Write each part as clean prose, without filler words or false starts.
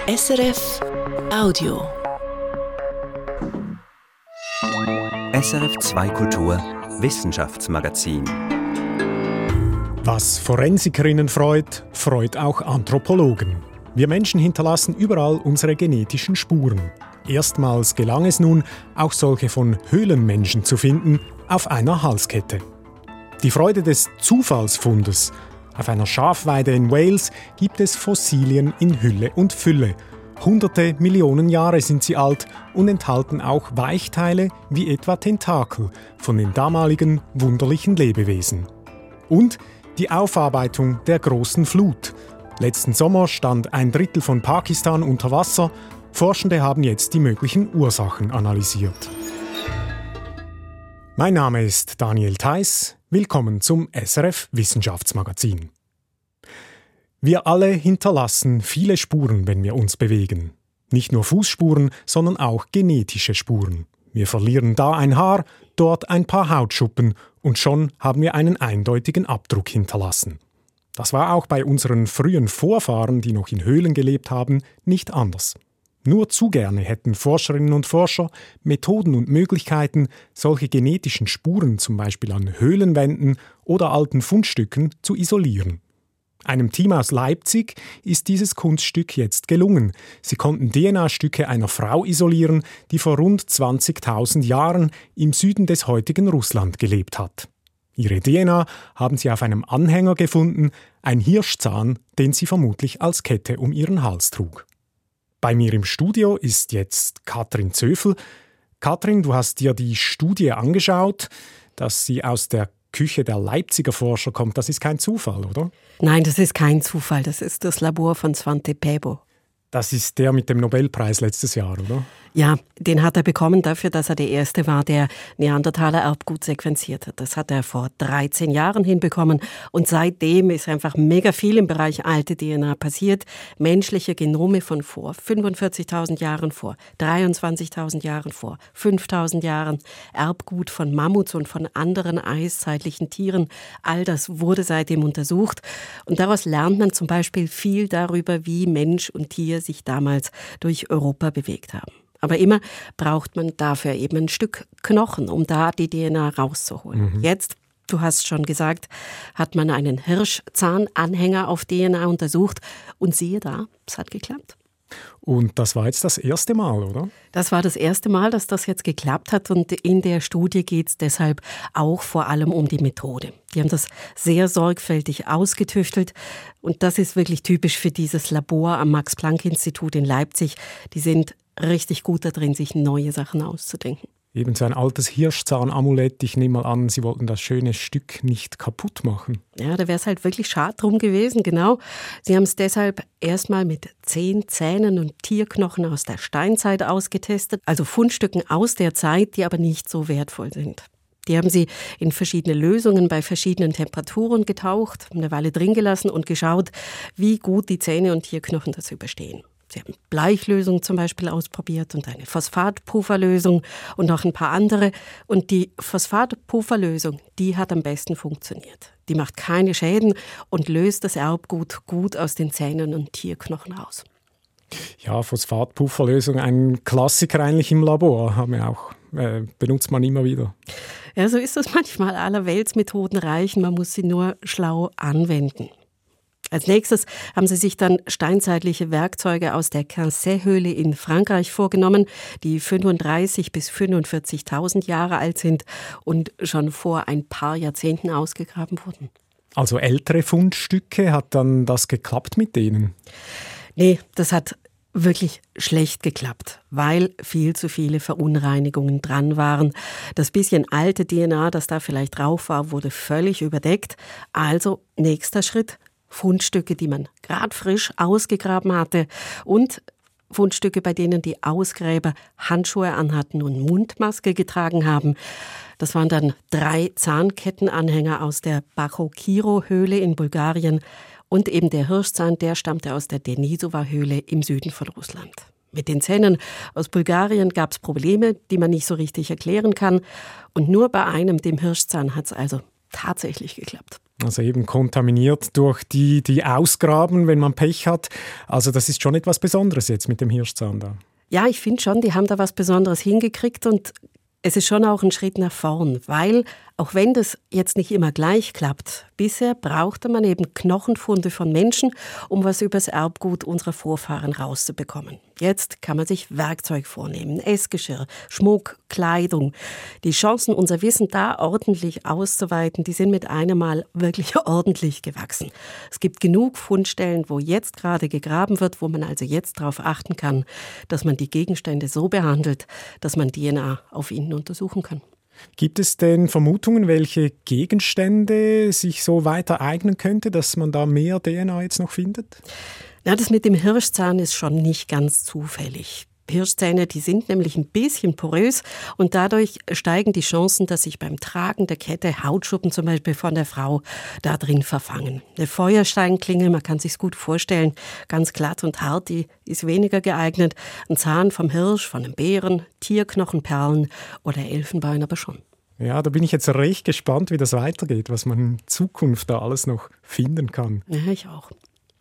SRF Audio. SRF 2 Kultur Wissenschaftsmagazin. Was Forensikerinnen freut, freut auch Anthropologen. Wir Menschen hinterlassen überall unsere genetischen Spuren. Erstmals gelang es nun, auch solche von Höhlenmenschen zu finden, auf einer Halskette. Die Freude des Zufallsfundes. Auf einer Schafweide in Wales gibt es Fossilien in Hülle und Fülle. Hunderte Millionen Jahre sind sie alt und enthalten auch Weichteile wie etwa Tentakel von den damaligen wunderlichen Lebewesen. Und die Aufarbeitung der großen Flut. Letzten Sommer stand 1/3 von Pakistan unter Wasser. Forschende haben jetzt die möglichen Ursachen analysiert. Mein Name ist Daniel Theiss. Willkommen zum SRF Wissenschaftsmagazin. Wir alle hinterlassen viele Spuren, wenn wir uns bewegen. Nicht nur Fußspuren, sondern auch genetische Spuren. Wir verlieren da ein Haar, dort ein paar Hautschuppen und schon haben wir einen eindeutigen Abdruck hinterlassen. Das war auch bei unseren frühen Vorfahren, die noch in Höhlen gelebt haben, nicht anders. Nur zu gerne hätten Forscherinnen und Forscher Methoden und Möglichkeiten, solche genetischen Spuren zum Beispiel an Höhlenwänden oder alten Fundstücken zu isolieren. Einem Team aus Leipzig ist dieses Kunststück jetzt gelungen. Sie konnten DNA-Stücke einer Frau isolieren, die vor rund 20.000 Jahren im Süden des heutigen Russland gelebt hat. Ihre DNA haben sie auf einem Anhänger gefunden, ein Hirschzahn, den sie vermutlich als Kette um ihren Hals trug. Bei mir im Studio ist jetzt Katrin Zöfel. Katrin, du hast dir die Studie angeschaut, dass sie aus der Küche der Leipziger Forscher kommt. Das ist kein Zufall, oder? Nein, das ist kein Zufall. Das ist das Labor von Svante Pääbo. Das ist der mit dem Nobelpreis letztes Jahr, oder? Ja, den hat er bekommen dafür, dass er der Erste war, der Neandertaler Erbgut sequenziert hat. Das hat er vor 13 Jahren hinbekommen und seitdem ist einfach mega viel im Bereich alte DNA passiert. Menschliche Genome von vor 45.000 Jahren, vor 23.000 Jahren, vor 5.000 Jahren, Erbgut von Mammuts und von anderen eiszeitlichen Tieren. All das wurde seitdem untersucht und daraus lernt man zum Beispiel viel darüber, wie Mensch und Tier sich damals durch Europa bewegt haben. Aber immer braucht man dafür eben ein Stück Knochen, um da die DNA rauszuholen. Jetzt, du hast schon gesagt, hat man einen Hirschzahnanhänger auf DNA untersucht und siehe da, es hat geklappt. Und das war jetzt das erste Mal, oder? Das war das erste Mal, dass das jetzt geklappt hat und in der Studie geht es deshalb auch vor allem um die Methode. Die haben das sehr sorgfältig ausgetüftelt und das ist wirklich typisch für dieses Labor am Max-Planck-Institut in Leipzig. Die sind richtig gut da drin, sich neue Sachen auszudenken. Eben so ein altes Hirschzahnamulett. Ich nehme mal an, Sie wollten das schöne Stück nicht kaputt machen. Ja, da wäre es halt wirklich schade drum gewesen, genau. Sie haben es deshalb erstmal mit 10 Zähnen und Tierknochen aus der Steinzeit ausgetestet, also Fundstücken aus der Zeit, die aber nicht so wertvoll sind. Die haben sie in verschiedene Lösungen bei verschiedenen Temperaturen getaucht, eine Weile drin gelassen und geschaut, wie gut die Zähne und Tierknochen das überstehen. Sie haben Bleichlösung zum Beispiel ausprobiert und eine Phosphatpufferlösung und noch ein paar andere. Und die Phosphatpufferlösung, die hat am besten funktioniert. Die macht keine Schäden und löst das Erbgut gut aus den Zähnen und Tierknochen raus. Ja, Phosphatpufferlösung, ein Klassiker eigentlich im Labor, benutzt man immer wieder. Ja, so ist es manchmal. Allerweltsmethoden reichen, man muss sie nur schlau anwenden. Als nächstes haben sie sich dann steinzeitliche Werkzeuge aus der Quinsay-Höhle in Frankreich vorgenommen, die 35.000 bis 45.000 Jahre alt sind und schon vor ein paar Jahrzehnten ausgegraben wurden. Also ältere Fundstücke, hat dann das geklappt mit denen? Nee, das hat wirklich schlecht geklappt, weil viel zu viele Verunreinigungen dran waren. Das bisschen alte DNA, das da vielleicht drauf war, wurde völlig überdeckt. Also nächster Schritt: Fundstücke, die man gerade frisch ausgegraben hatte und Fundstücke, bei denen die Ausgräber Handschuhe anhatten und Mundmaske getragen haben. Das waren dann 3 Zahnkettenanhänger aus der Bachokiro-Höhle in Bulgarien und eben der Hirschzahn, der stammte aus der Denisova-Höhle im Süden von Russland. Mit den Zähnen aus Bulgarien gab es Probleme, die man nicht so richtig erklären kann. Und nur bei einem, dem Hirschzahn, hat es also tatsächlich geklappt. Also eben kontaminiert durch die ausgraben, wenn man Pech hat. Also das ist schon etwas Besonderes jetzt mit dem Hirschzahn da. Ja, ich finde schon, die haben da was Besonderes hingekriegt und es ist schon auch ein Schritt nach vorn, weil, auch wenn das jetzt nicht immer gleich klappt, bisher brauchte man eben Knochenfunde von Menschen, um was über das Erbgut unserer Vorfahren rauszubekommen. Jetzt kann man sich Werkzeug vornehmen, Essgeschirr, Schmuck, Kleidung. Die Chancen, unser Wissen da ordentlich auszuweiten, die sind mit einem Mal wirklich ordentlich gewachsen. Es gibt genug Fundstellen, wo jetzt gerade gegraben wird, wo man also jetzt darauf achten kann, dass man die Gegenstände so behandelt, dass man DNA auf ihnen untersuchen kann. Gibt es denn Vermutungen, welche Gegenstände sich so weiter eignen könnte, dass man da mehr DNA jetzt noch findet? Ja, das mit dem Hirschzahn ist schon nicht ganz zufällig. Hirschzähne, die sind nämlich ein bisschen porös und dadurch steigen die Chancen, dass sich beim Tragen der Kette Hautschuppen zum Beispiel von der Frau da drin verfangen. Eine Feuersteinklinge, man kann sich's gut vorstellen, ganz glatt und hart, die ist weniger geeignet. Ein Zahn vom Hirsch, von einem Bären, Tierknochenperlen oder Elfenbein aber schon. Ja, da bin ich jetzt recht gespannt, wie das weitergeht, was man in Zukunft da alles noch finden kann. Ja, ich auch.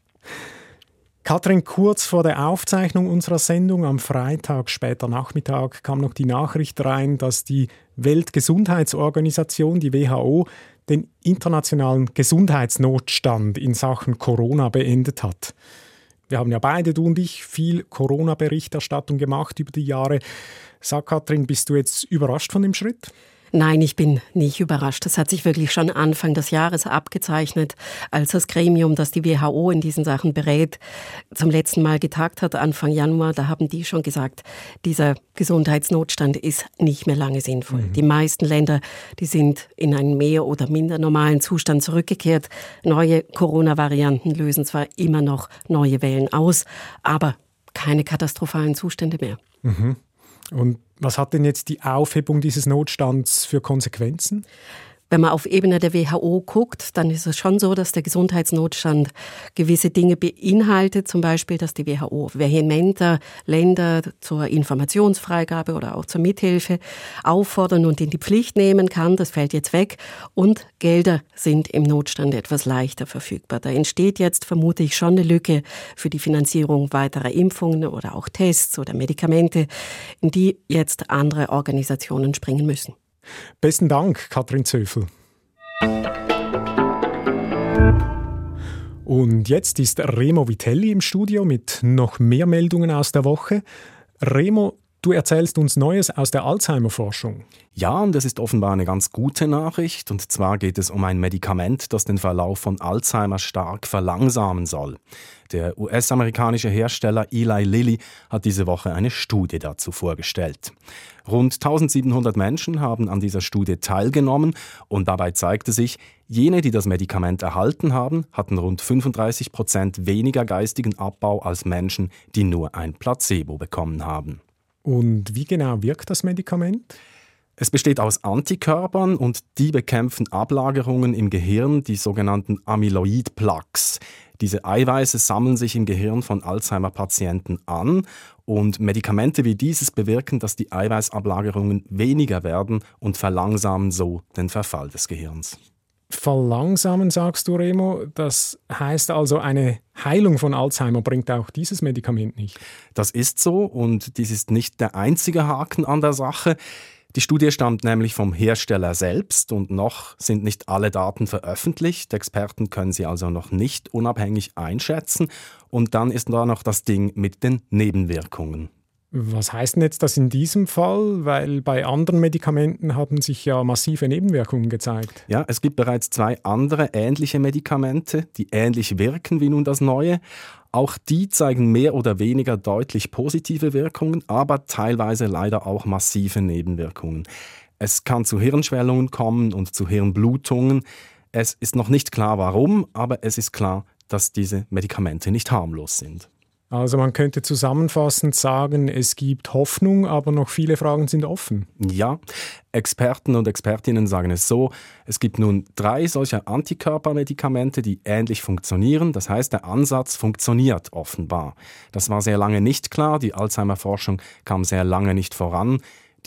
Katrin, kurz vor der Aufzeichnung unserer Sendung am Freitag, später Nachmittag, kam noch die Nachricht rein, dass die Weltgesundheitsorganisation, die WHO, den internationalen Gesundheitsnotstand in Sachen Corona beendet hat. Wir haben ja beide, du und ich, viel Corona-Berichterstattung gemacht über die Jahre. Sag Katrin, bist du jetzt überrascht von dem Schritt? Nein, ich bin nicht überrascht. Das hat sich wirklich schon Anfang des Jahres abgezeichnet, als das Gremium, das die WHO in diesen Sachen berät, zum letzten Mal getagt hat, Anfang Januar. Da haben die schon gesagt, dieser Gesundheitsnotstand ist nicht mehr lange sinnvoll. Die meisten Länder, die sind in einen mehr oder minder normalen Zustand zurückgekehrt. Neue Corona-Varianten lösen zwar immer noch neue Wellen aus, aber keine katastrophalen Zustände mehr. Mhm. Und was hat denn jetzt die Aufhebung dieses Notstands für Konsequenzen? Wenn man auf Ebene der WHO guckt, dann ist es schon so, dass der Gesundheitsnotstand gewisse Dinge beinhaltet, zum Beispiel, dass die WHO vehementer Länder zur Informationsfreigabe oder auch zur Mithilfe auffordern und in die Pflicht nehmen kann. Das fällt jetzt weg. Und Gelder sind im Notstand etwas leichter verfügbar. Da entsteht jetzt, vermute ich, schon eine Lücke für die Finanzierung weiterer Impfungen oder auch Tests oder Medikamente, in die jetzt andere Organisationen springen müssen. Besten Dank, Katrin Zöfel. Und jetzt ist Remo Vitelli im Studio mit noch mehr Meldungen aus der Woche. Remo, du erzählst uns Neues aus der Alzheimer-Forschung. Ja, und das ist offenbar eine ganz gute Nachricht. Und zwar geht es um ein Medikament, das den Verlauf von Alzheimer stark verlangsamen soll. Der US-amerikanische Hersteller Eli Lilly hat diese Woche eine Studie dazu vorgestellt. Rund 1700 Menschen haben an dieser Studie teilgenommen und dabei zeigte sich, jene, die das Medikament erhalten haben, hatten rund 35% weniger geistigen Abbau als Menschen, die nur ein Placebo bekommen haben. Und wie genau wirkt das Medikament? Es besteht aus Antikörpern und die bekämpfen Ablagerungen im Gehirn, die sogenannten Amyloid-Plaques. Diese Eiweiße sammeln sich im Gehirn von Alzheimer-Patienten an und Medikamente wie dieses bewirken, dass die Eiweißablagerungen weniger werden und verlangsamen so den Verfall des Gehirns. Verlangsamen, sagst du, Remo. Das heißt also, eine Heilung von Alzheimer bringt auch dieses Medikament nicht. Das ist so und dies ist nicht der einzige Haken an der Sache. Die Studie stammt nämlich vom Hersteller selbst und noch sind nicht alle Daten veröffentlicht. Experten können sie also noch nicht unabhängig einschätzen. Und dann ist da noch das Ding mit den Nebenwirkungen. Was heißt denn jetzt das in diesem Fall? Weil bei anderen Medikamenten haben sich ja massive Nebenwirkungen gezeigt. Ja, es gibt bereits 2 andere ähnliche Medikamente, die ähnlich wirken wie nun das neue. Auch die zeigen mehr oder weniger deutlich positive Wirkungen, aber teilweise leider auch massive Nebenwirkungen. Es kann zu Hirnschwellungen kommen und zu Hirnblutungen. Es ist noch nicht klar, warum, aber es ist klar, dass diese Medikamente nicht harmlos sind. Also man könnte zusammenfassend sagen, es gibt Hoffnung, aber noch viele Fragen sind offen. Ja, Experten und Expertinnen sagen es so, es gibt nun 3 solcher Antikörpermedikamente, die ähnlich funktionieren. Das heißt, der Ansatz funktioniert offenbar. Das war sehr lange nicht klar, die Alzheimer-Forschung kam sehr lange nicht voran.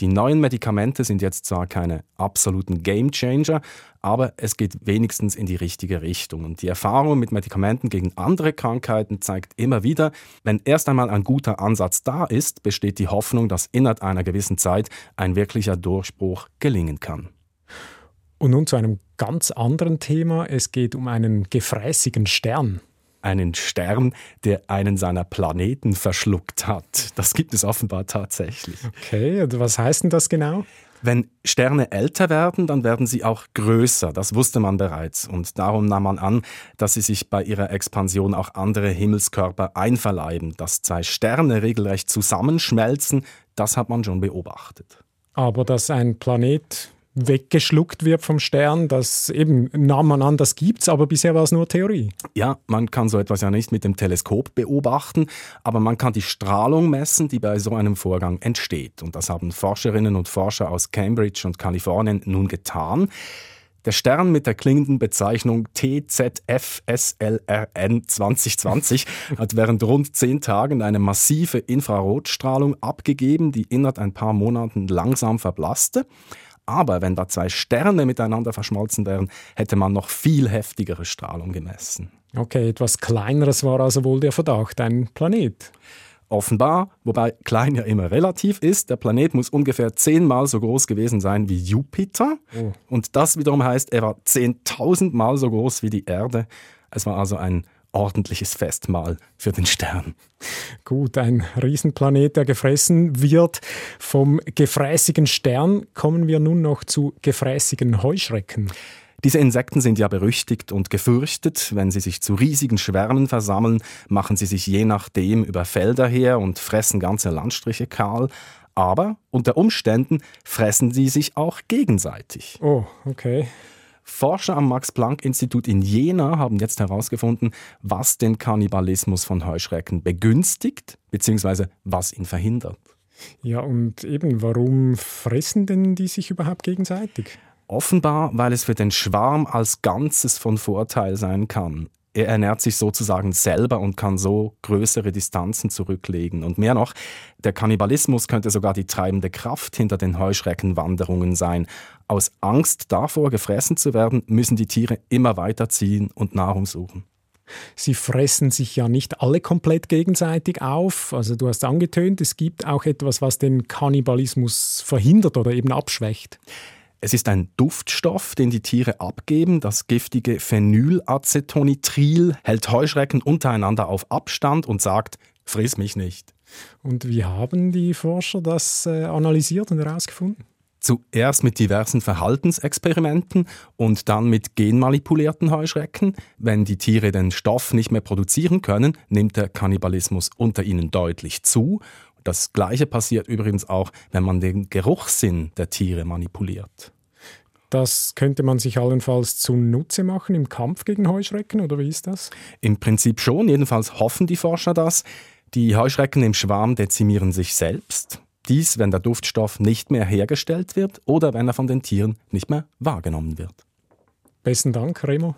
Die neuen Medikamente sind jetzt zwar keine absoluten Gamechanger, aber es geht wenigstens in die richtige Richtung. Und die Erfahrung mit Medikamenten gegen andere Krankheiten zeigt immer wieder, wenn erst einmal ein guter Ansatz da ist, besteht die Hoffnung, dass innerhalb einer gewissen Zeit ein wirklicher Durchbruch gelingen kann. Und nun zu einem ganz anderen Thema. Es geht um einen gefräßigen Stern. Einen Stern, der einen seiner Planeten verschluckt hat. Das gibt es offenbar tatsächlich. Okay, und was heißt denn das genau? Wenn Sterne älter werden, dann werden sie auch größer. Das wusste man bereits. Und darum nahm man an, dass sie sich bei ihrer Expansion auch andere Himmelskörper einverleiben. Dass zwei Sterne regelrecht zusammenschmelzen, das hat man schon beobachtet. Aber dass ein Planet weggeschluckt wird vom Stern, das eben nahm man an, das gibt's, aber bisher war es nur Theorie. Ja, man kann so etwas ja nicht mit dem Teleskop beobachten, aber man kann die Strahlung messen, die bei so einem Vorgang entsteht. Und das haben Forscherinnen und Forscher aus Cambridge und Kalifornien nun getan. Der Stern mit der klingenden Bezeichnung TZF-SLRN 2020 hat während rund 10 Tagen eine massive Infrarotstrahlung abgegeben, die innerhalb ein paar Monaten langsam verblasste. Aber wenn da zwei Sterne miteinander verschmolzen wären, hätte man noch viel heftigere Strahlung gemessen. Okay, etwas Kleineres war also wohl der Verdacht, ein Planet. Offenbar, wobei klein ja immer relativ ist, der Planet muss ungefähr 10-mal so groß gewesen sein wie Jupiter. Oh. Und das wiederum heißt, er war 10.000-mal so groß wie die Erde. Es war also ein ordentliches Festmahl für den Stern. Gut, ein Riesenplanet, der gefressen wird. Vom gefräßigen Stern kommen wir nun noch zu gefräßigen Heuschrecken. Diese Insekten sind ja berüchtigt und gefürchtet. Wenn sie sich zu riesigen Schwärmen versammeln, machen sie sich je nachdem über Felder her und fressen ganze Landstriche kahl. Aber unter Umständen fressen sie sich auch gegenseitig. Oh, okay. Forscher am Max-Planck-Institut in Jena haben jetzt herausgefunden, was den Kannibalismus von Heuschrecken begünstigt bzw. was ihn verhindert. Ja, und eben, warum fressen denn die sich überhaupt gegenseitig? Offenbar, weil es für den Schwarm als Ganzes von Vorteil sein kann. Er ernährt sich sozusagen selber und kann so größere Distanzen zurücklegen. Und mehr noch, der Kannibalismus könnte sogar die treibende Kraft hinter den Heuschreckenwanderungen sein. Aus Angst davor, gefressen zu werden, müssen die Tiere immer weiterziehen und Nahrung suchen. Sie fressen sich ja nicht alle komplett gegenseitig auf. Also du hast angetönt, es gibt auch etwas, was den Kannibalismus verhindert oder eben abschwächt. Es ist ein Duftstoff, den die Tiere abgeben. Das giftige Phenylacetonitril hält Heuschrecken untereinander auf Abstand und sagt, friss mich nicht. Und wie haben die Forscher das analysiert und herausgefunden? Zuerst mit diversen Verhaltensexperimenten und dann mit genmanipulierten Heuschrecken. Wenn die Tiere den Stoff nicht mehr produzieren können, nimmt der Kannibalismus unter ihnen deutlich zu. Das Gleiche passiert übrigens auch, wenn man den Geruchssinn der Tiere manipuliert. Das könnte man sich allenfalls zunutze machen im Kampf gegen Heuschrecken, oder wie ist das? Im Prinzip schon, jedenfalls hoffen die Forscher das. Die Heuschrecken im Schwarm dezimieren sich selbst. Dies, wenn der Duftstoff nicht mehr hergestellt wird oder wenn er von den Tieren nicht mehr wahrgenommen wird. Besten Dank, Remo.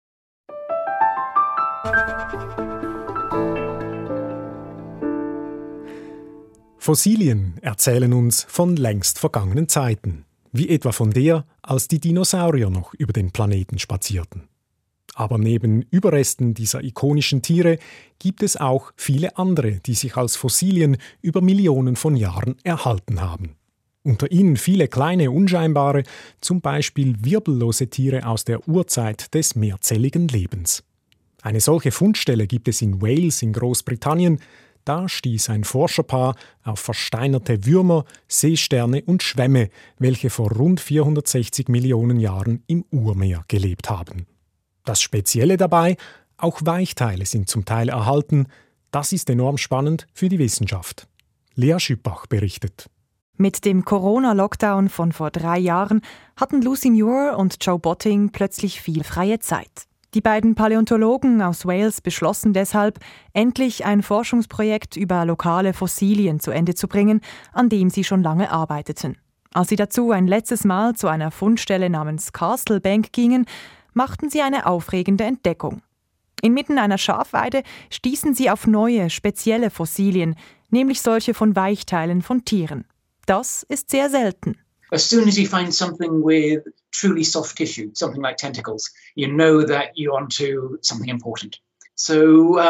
Fossilien erzählen uns von längst vergangenen Zeiten, wie etwa von der, als die Dinosaurier noch über den Planeten spazierten. Aber neben Überresten dieser ikonischen Tiere gibt es auch viele andere, die sich als Fossilien über Millionen von Jahren erhalten haben. Unter ihnen viele kleine, unscheinbare, zum Beispiel wirbellose Tiere aus der Urzeit des mehrzelligen Lebens. Eine solche Fundstelle gibt es in Wales in Großbritannien. Da stieß ein Forscherpaar auf versteinerte Würmer, Seesterne und Schwämme, welche vor rund 460 Millionen Jahren im Urmeer gelebt haben. Das Spezielle dabei, auch Weichteile sind zum Teil erhalten. Das ist enorm spannend für die Wissenschaft. Lea Schüppach berichtet. Mit dem Corona-Lockdown von vor 3 Jahren hatten Lucy Muir und Joe Botting plötzlich viel freie Zeit. Die beiden Paläontologen aus Wales beschlossen deshalb, endlich ein Forschungsprojekt über lokale Fossilien zu Ende zu bringen, an dem sie schon lange arbeiteten. Als sie dazu ein letztes Mal zu einer Fundstelle namens Castle Bank gingen, machten sie eine aufregende Entdeckung. Inmitten einer Schafweide stießen sie auf neue, spezielle Fossilien, nämlich solche von Weichteilen von Tieren. Das ist sehr selten. As soon as you find something with truly soft tissue, something like tentacles, you know that you're onto something important. So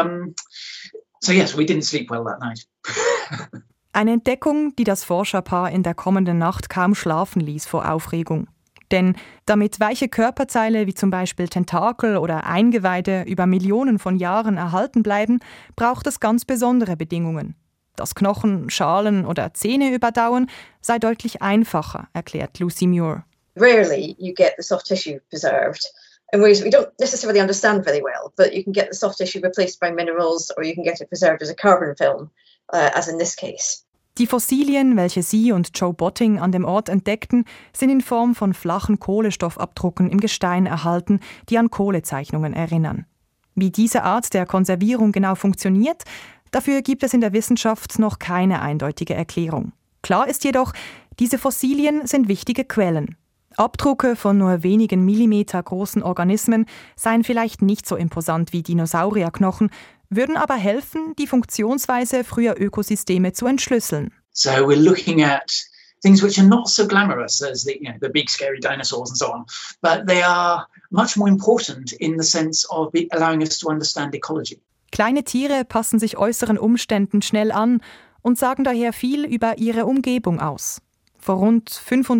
yes, we didn't sleep well that night. Eine Entdeckung, die das Forscherpaar in der kommenden Nacht kaum schlafen ließ vor Aufregung. Denn damit weiche Körperteile wie zum Beispiel Tentakel oder Eingeweide über Millionen von Jahren erhalten bleiben, braucht es ganz besondere Bedingungen. Dass Knochen, Schalen oder Zähne überdauern, sei deutlich einfacher, erklärt Lucy Muir. Rarely you get the soft tissue preserved in ways we don't necessarily understand very well, but you can get the soft tissue replaced by minerals or you can get it preserved as a carbon film, as in this case. Die Fossilien, welche sie und Joe Botting an dem Ort entdeckten, sind in Form von flachen Kohlenstoffabdrucken im Gestein erhalten, die an Kohlezeichnungen erinnern. Wie diese Art der Konservierung genau funktioniert, dafür gibt es in der Wissenschaft noch keine eindeutige Erklärung. Klar ist jedoch, diese Fossilien sind wichtige Quellen. Abdrucke von nur wenigen Millimeter großen Organismen seien vielleicht nicht so imposant wie Dinosaurierknochen, würden aber helfen, die Funktionsweise früher Ökosysteme zu entschlüsseln. So we're looking at things which are not so glamorous as the big scary dinosaurs and so on, but they are much more important in the sense of allowing us to understand ecology. Kleine Tiere passen sich äußeren Umständen schnell an und sagen daher viel über ihre Umgebung aus. Vor rund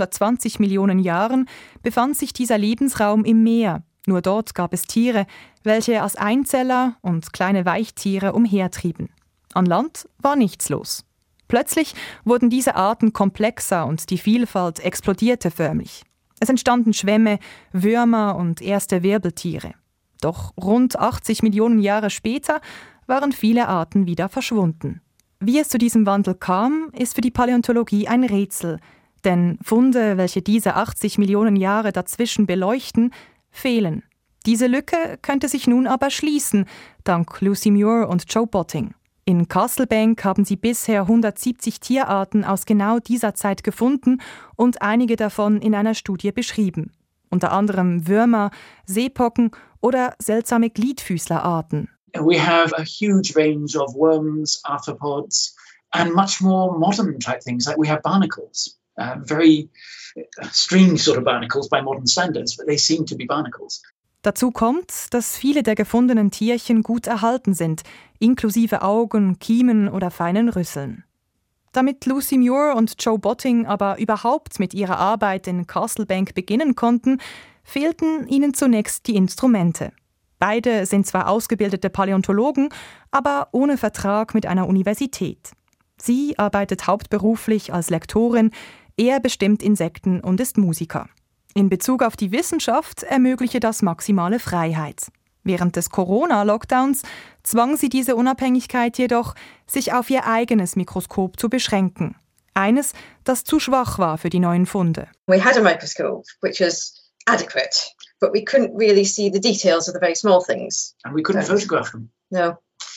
520 Millionen Jahren befand sich dieser Lebensraum im Meer. Nur dort gab es Tiere, welche als Einzeller und kleine Weichtiere umhertrieben. An Land war nichts los. Plötzlich wurden diese Arten komplexer und die Vielfalt explodierte förmlich. Es entstanden Schwämme, Würmer und erste Wirbeltiere. Doch rund 80 Millionen Jahre später waren viele Arten wieder verschwunden. Wie es zu diesem Wandel kam, ist für die Paläontologie ein Rätsel. Denn Funde, welche diese 80 Millionen Jahre dazwischen beleuchten, fehlen. Diese Lücke könnte sich nun aber schließen, dank Lucy Muir und Joe Botting. In Castlebank haben sie bisher 170 Tierarten aus genau dieser Zeit gefunden und einige davon in einer Studie beschrieben. Unter anderem Würmer, Seepocken oder seltsame Gliedfüßlerarten. We have a huge range of worms, arthropods and much more modern type things like we have barnacles. Very strange sort of barnacles by modern standards, but they seem to be barnacles. Dazu kommt, dass viele der gefundenen Tierchen gut erhalten sind, inklusive Augen, Kiemen oder feinen Rüsseln. Damit Lucy Muir und Joe Botting aber überhaupt mit ihrer Arbeit in Castlebank beginnen konnten, fehlten ihnen zunächst die Instrumente. Beide sind zwar ausgebildete Paläontologen, aber ohne Vertrag mit einer Universität. Sie arbeitet hauptberuflich als Lektorin, er bestimmt Insekten und ist Musiker. In Bezug auf die Wissenschaft ermögliche das maximale Freiheit. Während des Corona-Lockdowns zwang sie diese Unabhängigkeit jedoch, sich auf ihr eigenes Mikroskop zu beschränken. Eines, das zu schwach war für die neuen Funde. We had a microscope which was adequate, but we couldn't really see the details of the very small things. And we couldn't photograph them. No.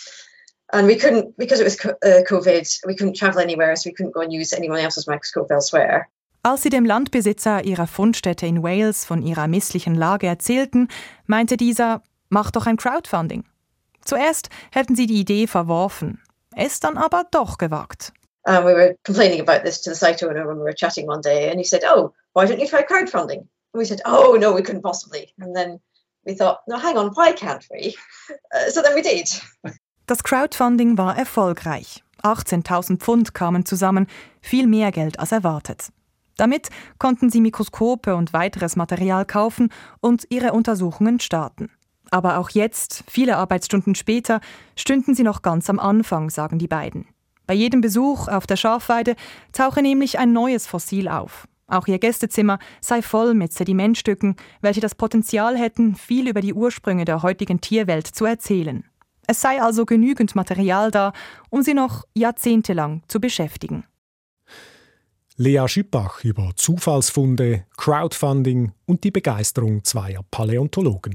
And we couldn't, because it was COVID, we couldn't travel anywhere, so we couldn't go and use anyone else's microscope elsewhere. Als sie dem Landbesitzer ihrer Fundstätte in Wales von ihrer misslichen Lage erzählten, meinte dieser, mach doch ein Crowdfunding. Zuerst hätten sie die Idee verworfen, es dann aber doch gewagt. And we were complaining about this to the site owner when we were chatting one day, and he said, oh, why don't you try crowdfunding? And we said, oh, no, we couldn't possibly. And then we thought, no, hang on, why can't we? So then we did. Das Crowdfunding war erfolgreich. 18.000 Pfund kamen zusammen, viel mehr Geld als erwartet. Damit konnten sie Mikroskope und weiteres Material kaufen und ihre Untersuchungen starten. Aber auch jetzt, viele Arbeitsstunden später, stünden sie noch ganz am Anfang, sagen die beiden. Bei jedem Besuch auf der Schafweide tauche nämlich ein neues Fossil auf. Auch ihr Gästezimmer sei voll mit Sedimentstücken, welche das Potenzial hätten, viel über die Ursprünge der heutigen Tierwelt zu erzählen. Es sei also genügend Material da, um sie noch jahrzehntelang zu beschäftigen. Lea Schüppach über Zufallsfunde, Crowdfunding und die Begeisterung zweier Paläontologen.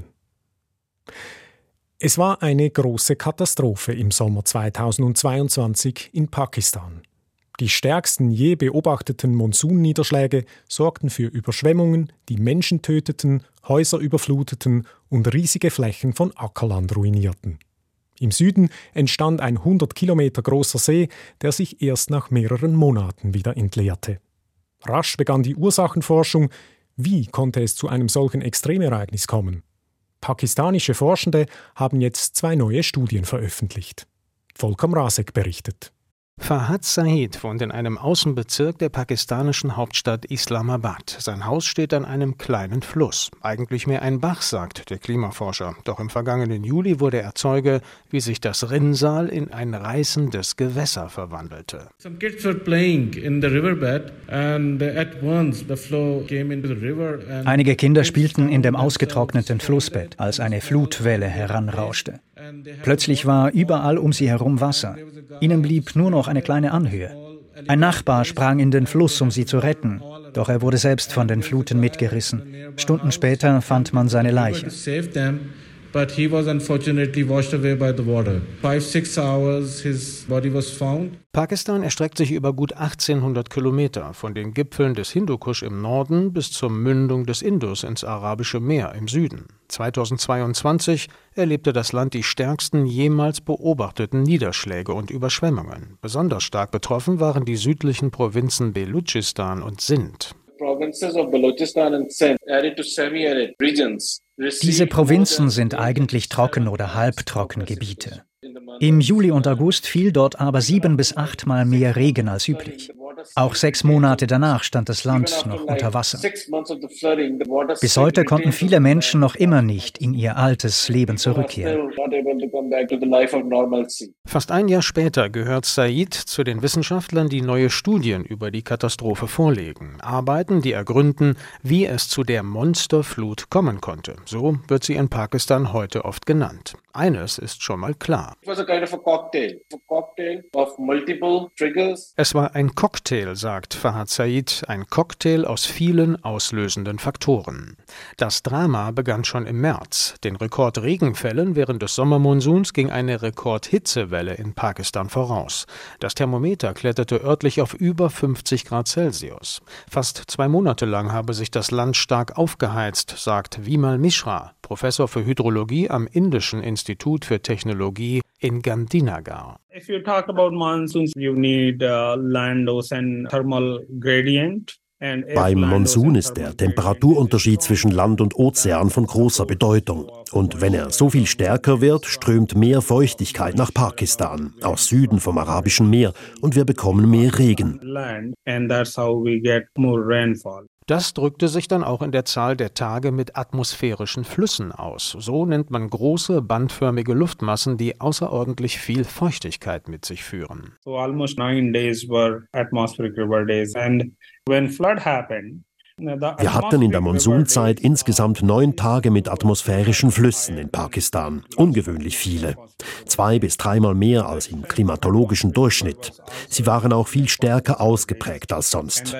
Es war eine große Katastrophe im Sommer 2022 in Pakistan. Die stärksten je beobachteten Monsunniederschläge sorgten für Überschwemmungen, die Menschen töteten, Häuser überfluteten und riesige Flächen von Ackerland ruinierten. Im Süden entstand ein 100 Kilometer großer See, der sich erst nach mehreren Monaten wieder entleerte. Rasch begann die Ursachenforschung. Wie konnte es zu einem solchen Extremereignis kommen? Pakistanische Forschende haben jetzt 2 neue Studien veröffentlicht. Volker Mrazek berichtet. Fahad Saeed wohnt in einem Außenbezirk der pakistanischen Hauptstadt Islamabad. Sein Haus steht an einem kleinen Fluss. Eigentlich mehr ein Bach, sagt der Klimaforscher. Doch im vergangenen Juli wurde er Zeuge, wie sich das Rinnsal in ein reißendes Gewässer verwandelte. Einige Kinder spielten in dem ausgetrockneten Flussbett, als eine Flutwelle heranrauschte. Plötzlich war überall um sie herum Wasser. Ihnen blieb nur noch eine kleine Anhöhe. Ein Nachbar sprang in den Fluss, um sie zu retten, doch er wurde selbst von den Fluten mitgerissen. Stunden später fand man seine Leiche. But he was unfortunately washed away by the water. 5-6 hours his body was found. Pakistan erstreckt sich über gut 1800 Kilometer, von den Gipfeln des Hindukusch im Norden bis zur Mündung des Indus ins Arabische Meer im Süden. 2022 erlebte das Land die stärksten jemals beobachteten Niederschläge und Überschwemmungen. Besonders stark betroffen waren die südlichen Provinzen Belutschistan und Sindh. Diese Provinzen sind eigentlich Trocken- oder Halbtrockengebiete. Im Juli und August fiel dort aber 7 bis 8 Mal mehr Regen als üblich. Auch 6 Monate danach stand das Land noch unter Wasser. Bis heute konnten viele Menschen noch immer nicht in ihr altes Leben zurückkehren. Fast ein Jahr später gehört Saeed zu den Wissenschaftlern, die neue Studien über die Katastrophe vorlegen. Arbeiten, die ergründen, wie es zu der Monsterflut kommen konnte. So wird sie in Pakistan heute oft genannt. Eines ist schon mal klar. Es war ein Cocktail, sagt Fahad Saeed, ein Cocktail aus vielen auslösenden Faktoren. Das Drama begann schon im März. Den Rekordregenfällen während des Sommermonsuns ging eine Rekordhitzewelle in Pakistan voraus. Das Thermometer kletterte örtlich auf über 50 Grad Celsius. Fast 2 Monate lang habe sich das Land stark aufgeheizt, sagt Vimal Mishra, Professor für Hydrologie am Indischen Institut für Technologie in Gandhinagar. If you talk about monsoons, you need land ocean thermal gradient. Beim Monsun ist der Temperaturunterschied zwischen Land und Ozean von großer Bedeutung. Und wenn er so viel stärker wird, strömt mehr Feuchtigkeit nach Pakistan, aus Süden vom Arabischen Meer, und wir bekommen mehr Regen. Das drückte sich dann auch in der Zahl der Tage mit atmosphärischen Flüssen aus. So nennt man große, bandförmige Luftmassen, die außerordentlich viel Feuchtigkeit mit sich führen. So almost 9 days were atmospheric river days. And when flood happened, wir hatten in der Monsunzeit insgesamt 9 Tage mit atmosphärischen Flüssen in Pakistan. Ungewöhnlich viele. 2 bis 3 Mal mehr als im klimatologischen Durchschnitt. Sie waren auch viel stärker ausgeprägt als sonst.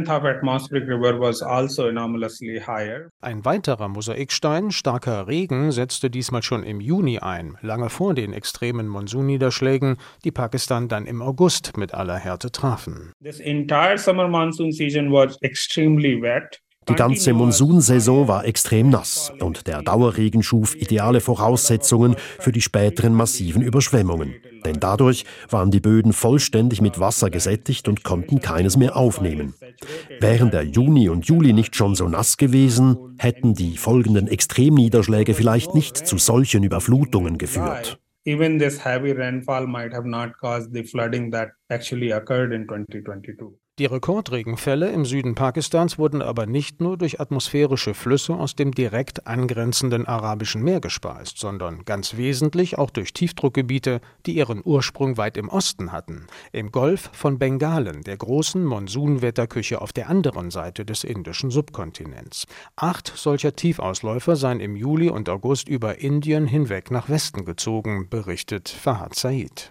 Ein weiterer Mosaikstein, starker Regen, setzte diesmal schon im Juni ein, lange vor den extremen Monsunniederschlägen, die Pakistan dann im August mit aller Härte trafen. This entire summer monsoon season was extremely wet. Die ganze Monsunsaison war extrem nass und der Dauerregen schuf ideale Voraussetzungen für die späteren massiven Überschwemmungen. Denn dadurch waren die Böden vollständig mit Wasser gesättigt und konnten keines mehr aufnehmen. Wären der Juni und Juli nicht schon so nass gewesen, hätten die folgenden Extremniederschläge vielleicht nicht zu solchen Überflutungen geführt. Even this heavy rainfall might have not caused the flooding that actually occurred in 2022. Die Rekordregenfälle im Süden Pakistans wurden aber nicht nur durch atmosphärische Flüsse aus dem direkt angrenzenden Arabischen Meer gespeist, sondern ganz wesentlich auch durch Tiefdruckgebiete, die ihren Ursprung weit im Osten hatten, im Golf von Bengalen, der großen Monsunwetterküche auf der anderen Seite des indischen Subkontinents. 8 solcher Tiefausläufer seien im Juli und August über Indien hinweg nach Westen gezogen, berichtet Fahad Saeed.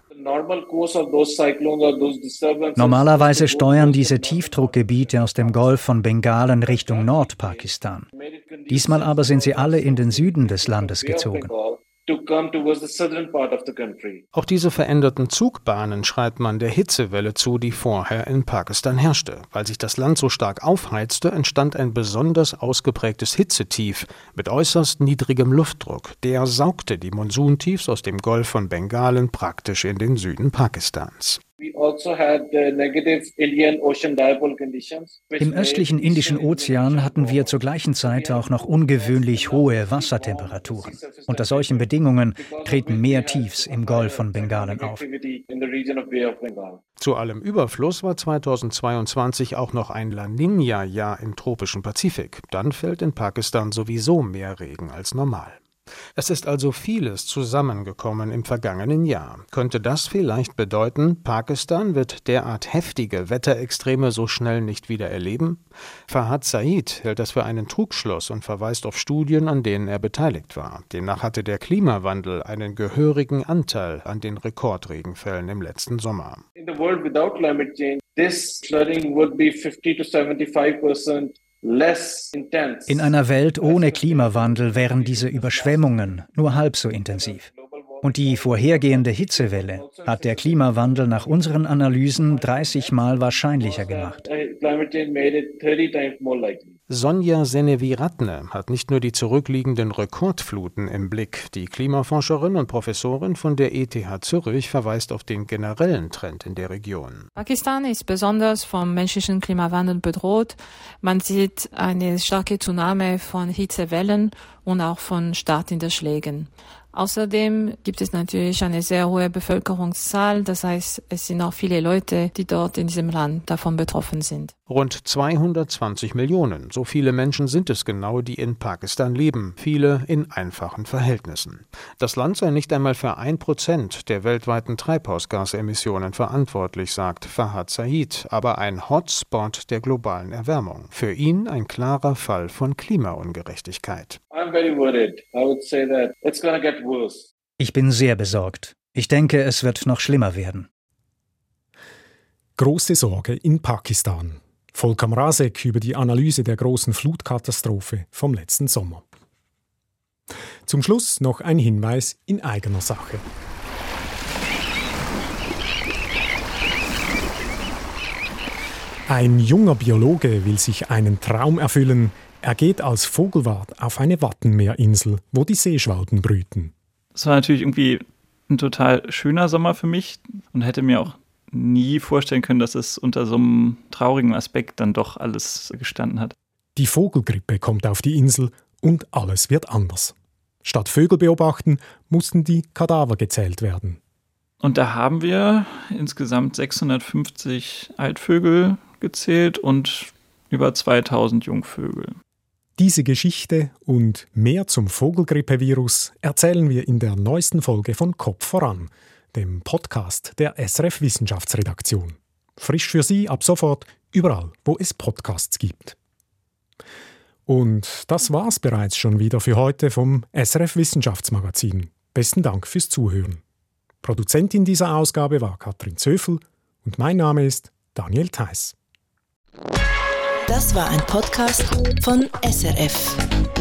Normalerweise steuern diese Tiefdruckgebiete aus dem Golf von Bengalen Richtung Nordpakistan. Diesmal aber sind sie alle in den Süden des Landes gezogen. Auch diese veränderten Zugbahnen schreibt man der Hitzewelle zu, die vorher in Pakistan herrschte. Weil sich das Land so stark aufheizte, entstand ein besonders ausgeprägtes Hitzetief mit äußerst niedrigem Luftdruck. Der saugte die Monsuntiefs aus dem Golf von Bengalen praktisch in den Süden Pakistans. Im östlichen Indischen Ozean hatten wir zur gleichen Zeit auch noch ungewöhnlich hohe Wassertemperaturen. Unter solchen Bedingungen treten mehr Tiefs im Golf von Bengalen auf. Zu allem Überfluss war 2022 auch noch ein La Niña-Jahr im tropischen Pazifik. Dann fällt in Pakistan sowieso mehr Regen als normal. Es ist also vieles zusammengekommen im vergangenen Jahr. Könnte das vielleicht bedeuten, Pakistan wird derart heftige Wetterextreme so schnell nicht wieder erleben? Fahad Said hält das für einen Trugschluss und verweist auf Studien, an denen er beteiligt war. Demnach hatte der Klimawandel einen gehörigen Anteil an den Rekordregenfällen im letzten Sommer. In the world without climate change, this flooding would be 50 to 75% In einer Welt ohne Klimawandel wären diese Überschwemmungen nur halb so intensiv. Und die vorhergehende Hitzewelle hat der Klimawandel nach unseren Analysen 30 Mal wahrscheinlicher gemacht. Sonja Seneviratne hat nicht nur die zurückliegenden Rekordfluten im Blick. Die Klimaforscherin und Professorin von der ETH Zürich verweist auf den generellen Trend in der Region. Pakistan ist besonders vom menschlichen Klimawandel bedroht. Man sieht eine starke Zunahme von Hitzewellen und auch von Starkniederschlägen. Außerdem gibt es natürlich eine sehr hohe Bevölkerungszahl, das heißt, es sind auch viele Leute, die dort in diesem Land davon betroffen sind. Rund 220 Millionen, so viele Menschen sind es genau, die in Pakistan leben, viele in einfachen Verhältnissen. Das Land sei nicht einmal für 1% der weltweiten Treibhausgasemissionen verantwortlich, sagt Fahad Said, aber ein Hotspot der globalen Erwärmung. Für ihn ein klarer Fall von Klimaungerechtigkeit. Ich bin sehr besorgt. Ich denke, es wird noch schlimmer werden. Große Sorge in Pakistan. Volker Mrazek über die Analyse der großen Flutkatastrophe vom letzten Sommer. Zum Schluss noch ein Hinweis in eigener Sache. Ein junger Biologe will sich einen Traum erfüllen. Er geht als Vogelwart auf eine Wattenmeerinsel, wo die Seeschwalben brüten. Es war natürlich irgendwie ein total schöner Sommer für mich und hätte mir auch nie vorstellen können, dass es unter so einem traurigen Aspekt dann doch alles gestanden hat. Die Vogelgrippe kommt auf die Insel und alles wird anders. Statt Vögel beobachten, mussten die Kadaver gezählt werden. Und da haben wir insgesamt 650 Altvögel gezählt und über 2000 Jungvögel. Diese Geschichte und mehr zum Vogelgrippevirus erzählen wir in der neuesten Folge von Kopf voran, dem Podcast der SRF Wissenschaftsredaktion. Frisch für Sie ab sofort überall, wo es Podcasts gibt. Und das war's bereits schon wieder für heute vom SRF Wissenschaftsmagazin. Besten Dank fürs Zuhören. Produzentin dieser Ausgabe war Katrin Zöfel und mein Name ist Daniel Theiss. Das war ein Podcast von SRF.